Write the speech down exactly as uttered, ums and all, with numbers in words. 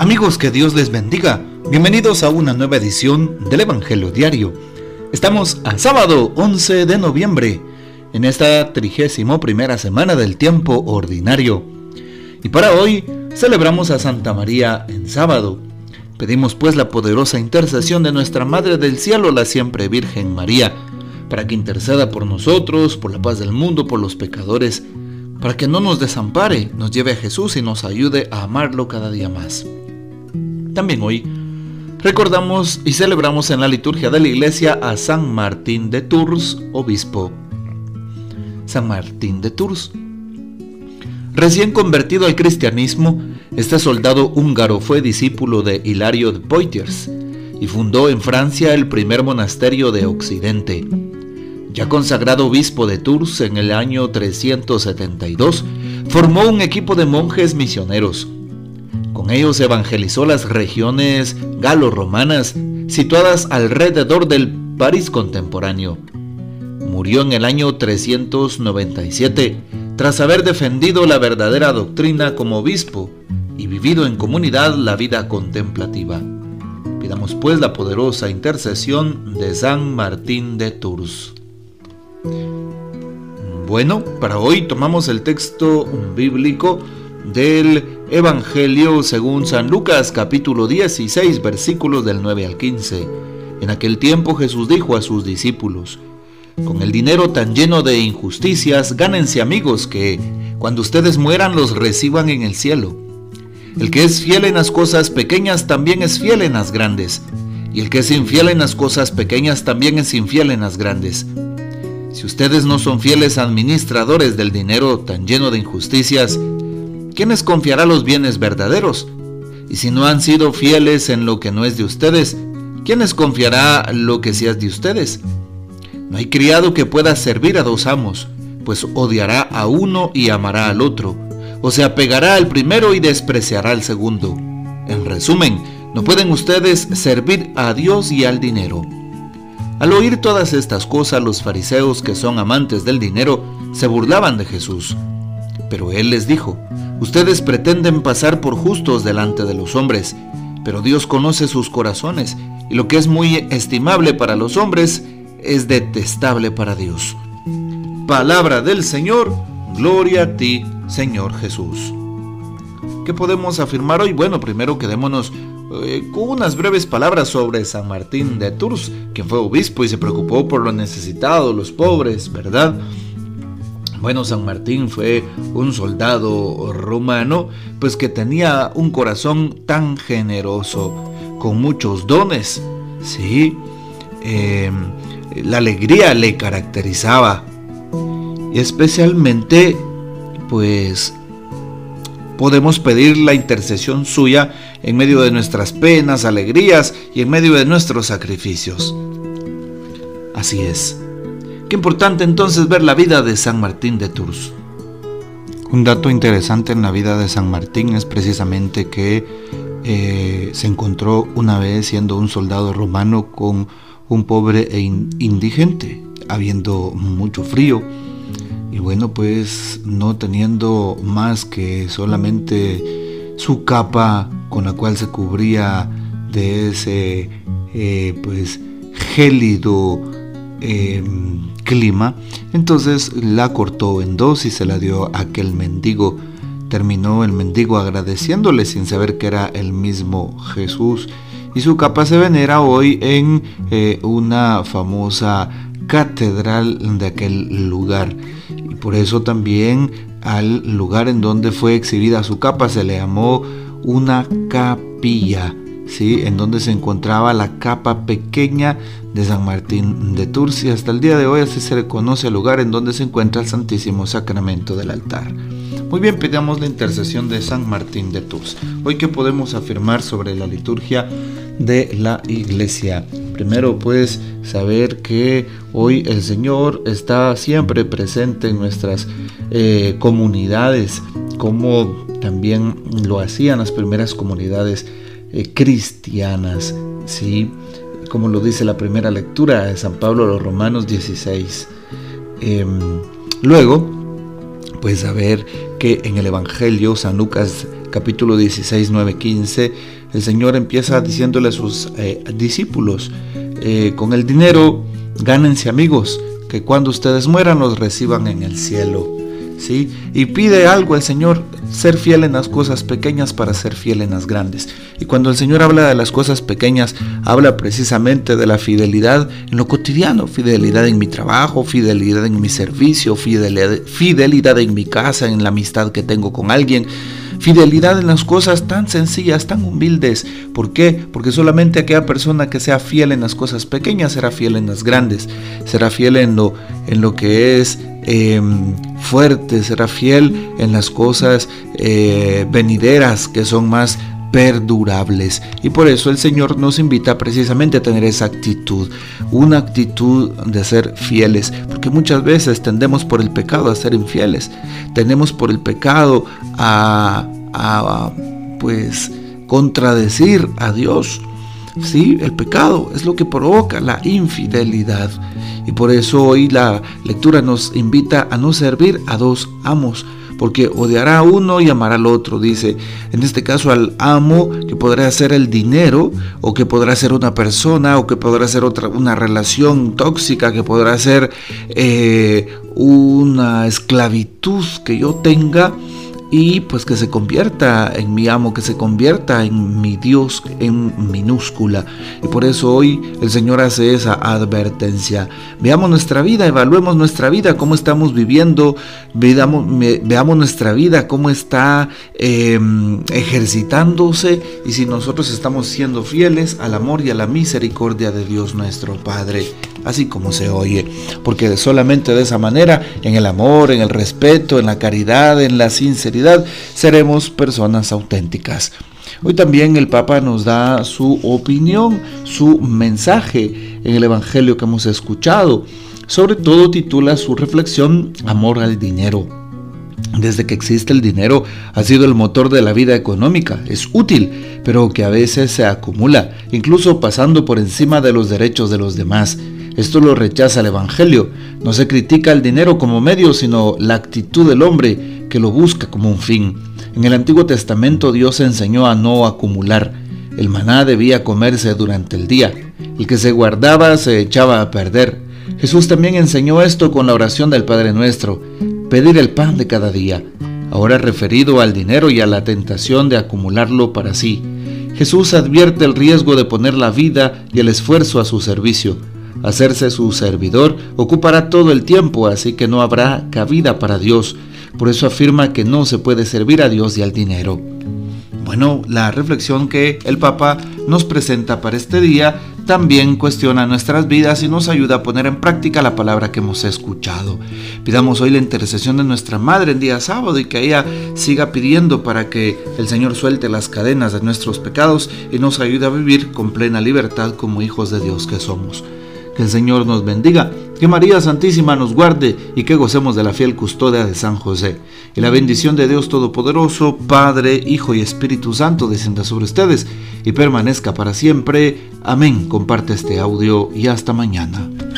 Amigos, que Dios les bendiga. Bienvenidos a una nueva edición del Evangelio Diario. Estamos a sábado once de noviembre, en esta trigésimo primera semana del tiempo ordinario. Y para hoy celebramos a Santa María en sábado. Pedimos pues la poderosa intercesión de nuestra Madre del Cielo, la siempre Virgen María, para que interceda por nosotros, por la paz del mundo, por los pecadores, para que no nos desampare, nos lleve a Jesús y nos ayude a amarlo cada día más. También hoy recordamos y celebramos en la liturgia de la Iglesia a San Martín de Tours, obispo. San Martín de Tours. Recién convertido al cristianismo, este soldado húngaro fue discípulo de Hilario de Poitiers y fundó en Francia el primer monasterio de Occidente. Ya consagrado obispo de Tours en el año trescientos setenta y dos, formó un equipo de monjes misioneros. Con ellos evangelizó las regiones galo-romanas situadas alrededor del París contemporáneo. Murió en el año trescientos noventa y siete, tras haber defendido la verdadera doctrina como obispo y vivido en comunidad la vida contemplativa. Pidamos pues la poderosa intercesión de San Martín de Tours. Bueno, para hoy tomamos el texto bíblico del Evangelio según San Lucas, capítulo dieciséis, versículos del nueve al quince. En aquel tiempo Jesús dijo a sus discípulos: con el dinero tan lleno de injusticias, gánense amigos que, cuando ustedes mueran, los reciban en el cielo. El que es fiel en las cosas pequeñas también es fiel en las grandes, y el que es infiel en las cosas pequeñas también es infiel en las grandes. Si ustedes no son fieles administradores del dinero tan lleno de injusticias, ¿quién les confiará los bienes verdaderos? Y si no han sido fieles en lo que no es de ustedes, ¿quién les confiará lo que sí es de ustedes? No hay criado que pueda servir a dos amos, pues odiará a uno y amará al otro, o se apegará al primero y despreciará al segundo. En resumen, no pueden ustedes servir a Dios y al dinero. Al oír todas estas cosas, los fariseos, que son amantes del dinero, se burlaban de Jesús. Pero él les dijo: ustedes pretenden pasar por justos delante de los hombres, pero Dios conoce sus corazones, y lo que es muy estimable para los hombres es detestable para Dios. Palabra del Señor, gloria a ti, Señor Jesús. ¿Qué podemos afirmar hoy? Bueno, primero quedémonos eh, con unas breves palabras sobre San Martín de Tours, quien fue obispo y se preocupó por los necesitados, los pobres, ¿verdad? Bueno, San Martín fue un soldado romano, pues que tenía un corazón tan generoso, con muchos dones, ¿sí? Eh, la alegría le caracterizaba, y especialmente, pues, podemos pedir la intercesión suya en medio de nuestras penas, alegrías y en medio de nuestros sacrificios. Así es. Qué importante entonces ver la vida de San Martín de Tours. Un dato interesante en la vida de San Martín es precisamente que eh, se encontró una vez siendo un soldado romano con un pobre e indigente, habiendo mucho frío, y bueno, pues no teniendo más que solamente su capa con la cual se cubría de ese eh, pues gélido eh, clima. Entonces la cortó en dos y se la dio a aquel mendigo. Terminó el mendigo agradeciéndole sin saber que era el mismo Jesús, y su capa se venera hoy en eh, una famosa catedral de aquel lugar, y por eso también al lugar en donde fue exhibida su capa se le llamó una capilla, ¿sí? En donde se encontraba la capa pequeña de San Martín de Tours, y hasta el día de hoy así se le conoce el lugar en donde se encuentra el Santísimo Sacramento del altar. Muy bien, pidamos la intercesión de San Martín de Tours. Hoy, ¿qué podemos afirmar sobre la liturgia de la Iglesia? Primero, pues, saber que hoy el Señor está siempre presente en nuestras eh, comunidades, como también lo hacían las primeras comunidades eh, cristianas, ¿sí? Como lo dice la primera lectura de San Pablo a los Romanos dieciséis. Eh, luego, pues saber que en el Evangelio San Lucas capítulo dieciséis, nueve, quince, el Señor empieza diciéndole a sus eh, discípulos, eh, con el dinero gánense amigos, que cuando ustedes mueran los reciban en el cielo. ¿Sí? Y pide algo al Señor, ser fiel en las cosas pequeñas para ser fiel en las grandes. Y cuando el Señor habla de las cosas pequeñas, habla precisamente de la fidelidad en lo cotidiano, fidelidad en mi trabajo, fidelidad en mi servicio, fidelidad, fidelidad en mi casa, en la amistad que tengo con alguien, fidelidad en las cosas tan sencillas, tan humildes. ¿Por qué? Porque solamente aquella persona que sea fiel en las cosas pequeñas será fiel en las grandes, será fiel en lo, en lo que es eh, fuerte, será fiel en las cosas eh, venideras que son más perdurables. Y por eso el Señor nos invita precisamente a tener esa actitud, una actitud de ser fieles, porque muchas veces tendemos por el pecado a ser infieles, tendemos por el pecado a, a, a pues contradecir a Dios. Sí, el pecado es lo que provoca la infidelidad, y por eso hoy la lectura nos invita a no servir a dos amos, porque odiará a uno y amará al otro, dice. En este caso al amo, que podrá ser el dinero, o que podrá ser una persona, o que podrá ser otra, una relación tóxica, que podrá ser eh, una esclavitud que yo tenga, y pues que se convierta en mi amo, que se convierta en mi Dios en minúscula. Y por eso hoy el Señor hace esa advertencia. Veamos nuestra vida, evaluemos nuestra vida, cómo estamos viviendo, veamos, veamos nuestra vida, cómo está eh, ejercitándose, y si nosotros estamos siendo fieles al amor y a la misericordia de Dios nuestro Padre, así como se oye, porque solamente de esa manera, en el amor, en el respeto, en la caridad, en la sinceridad, seremos personas auténticas. Hoy también el Papa nos da su opinión, su mensaje en el Evangelio que hemos escuchado. Sobre todo titula su reflexión Amor al dinero. Desde que existe el dinero ha sido el motor de la vida económica, es útil, pero que a veces se acumula, incluso pasando por encima de los derechos de los demás. Esto lo rechaza el Evangelio. No se critica el dinero como medio, sino la actitud del hombre que lo busca como un fin. En el Antiguo Testamento Dios enseñó a no acumular. El maná debía comerse durante el día. El que se guardaba se echaba a perder. Jesús también enseñó esto con la oración del Padre Nuestro, pedir el pan de cada día, ahora referido al dinero y a la tentación de acumularlo para sí. Jesús advierte el riesgo de poner la vida y el esfuerzo a su servicio. Hacerse su servidor ocupará todo el tiempo, así que no habrá cabida para Dios. Por eso afirma que no se puede servir a Dios y al dinero. Bueno, la reflexión que el Papa nos presenta para este día también cuestiona nuestras vidas y nos ayuda a poner en práctica la palabra que hemos escuchado. Pidamos hoy la intercesión de nuestra Madre en día sábado, y que ella siga pidiendo para que el Señor suelte las cadenas de nuestros pecados y nos ayude a vivir con plena libertad como hijos de Dios que somos. Que el Señor nos bendiga, que María Santísima nos guarde y que gocemos de la fiel custodia de San José. Y la bendición de Dios Todopoderoso, Padre, Hijo y Espíritu Santo descienda sobre ustedes y permanezca para siempre. Amén. Comparte este audio y hasta mañana.